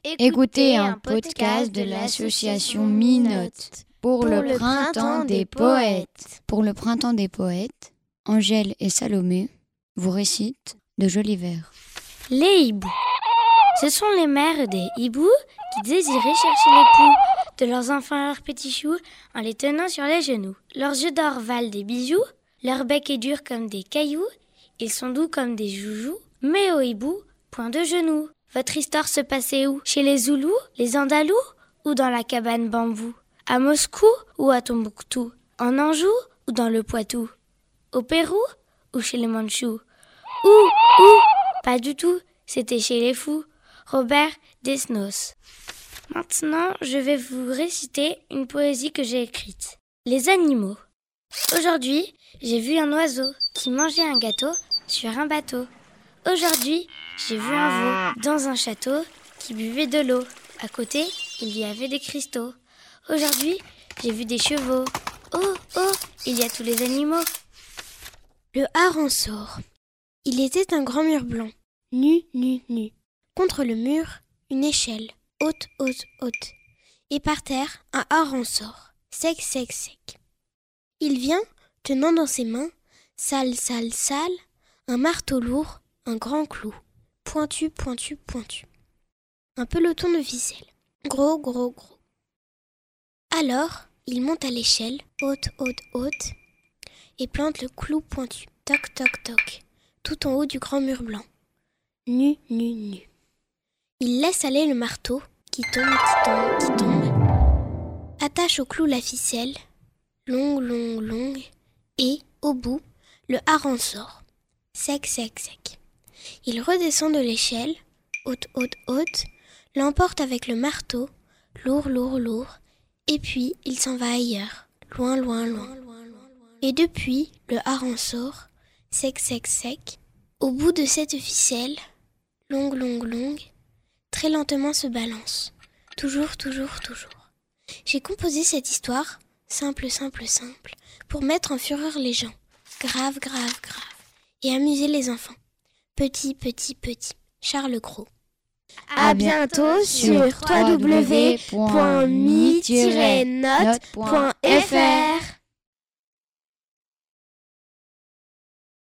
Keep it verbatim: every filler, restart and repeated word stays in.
Écoutez un podcast de l'association Minote pour, pour le printemps des poètes. Pour le printemps des poètes, Angèle et Salomé vous récitent de jolis vers. Les hiboux. Ce sont les mères des hiboux qui désiraient chercher les poux de leurs enfants et leurs petits choux en les tenant sur les genoux. Leurs yeux d'or valent des bijoux, leur bec est dur comme des cailloux, ils sont doux comme des joujoux, mais aux hiboux, point de genoux. Votre histoire se passait où? Chez les Zoulous, les Andalous ou dans la cabane bambou? À Moscou ou à Tombouctou? En Anjou ou dans le Poitou? Au Pérou ou chez les Mandchous? Où? Où? Pas du tout, c'était chez les fous. Robert Desnos. Maintenant, je vais vous réciter une poésie que j'ai écrite. Les animaux. Aujourd'hui, j'ai vu un oiseau qui mangeait un gâteau sur un bateau. Aujourd'hui, j'ai vu un veau dans un château qui buvait de l'eau. À côté, il y avait des cristaux. Aujourd'hui, j'ai vu des chevaux. Oh, oh, il y a tous les animaux. Le hareng sort. Il était un grand mur blanc, nu, nu, nu. Contre le mur, une échelle, haute, haute, haute. Et par terre, un hareng sort, sec, sec, sec. Il vient, tenant dans ses mains, sale, sale, sale, un marteau lourd, un grand clou, pointu, pointu, pointu. Un peloton de ficelle, gros, gros, gros. Alors, il monte à l'échelle, haute, haute, haute, et plante le clou pointu, toc, toc, toc, tout en haut du grand mur blanc. Nu, nu, nu. Il laisse aller le marteau, qui tombe, qui tombe, qui tombe. Attache au clou la ficelle, longue, longue, longue, et, au bout, le hareng sort, sec, sec, sec. Il redescend de l'échelle, haute, haute, haute, l'emporte avec le marteau, lourd, lourd, lourd, et puis il s'en va ailleurs, loin, loin, loin. Et depuis, le hareng sort, sec, sec, sec, au bout de cette ficelle, longue, longue, longue, très lentement se balance, toujours, toujours, toujours. J'ai composé cette histoire, simple, simple, simple, pour mettre en fureur les gens, grave, grave, grave, et amuser les enfants. Petit, petit, petit, Charles Cros. À bientôt sur w w w point mi tiret note point f r.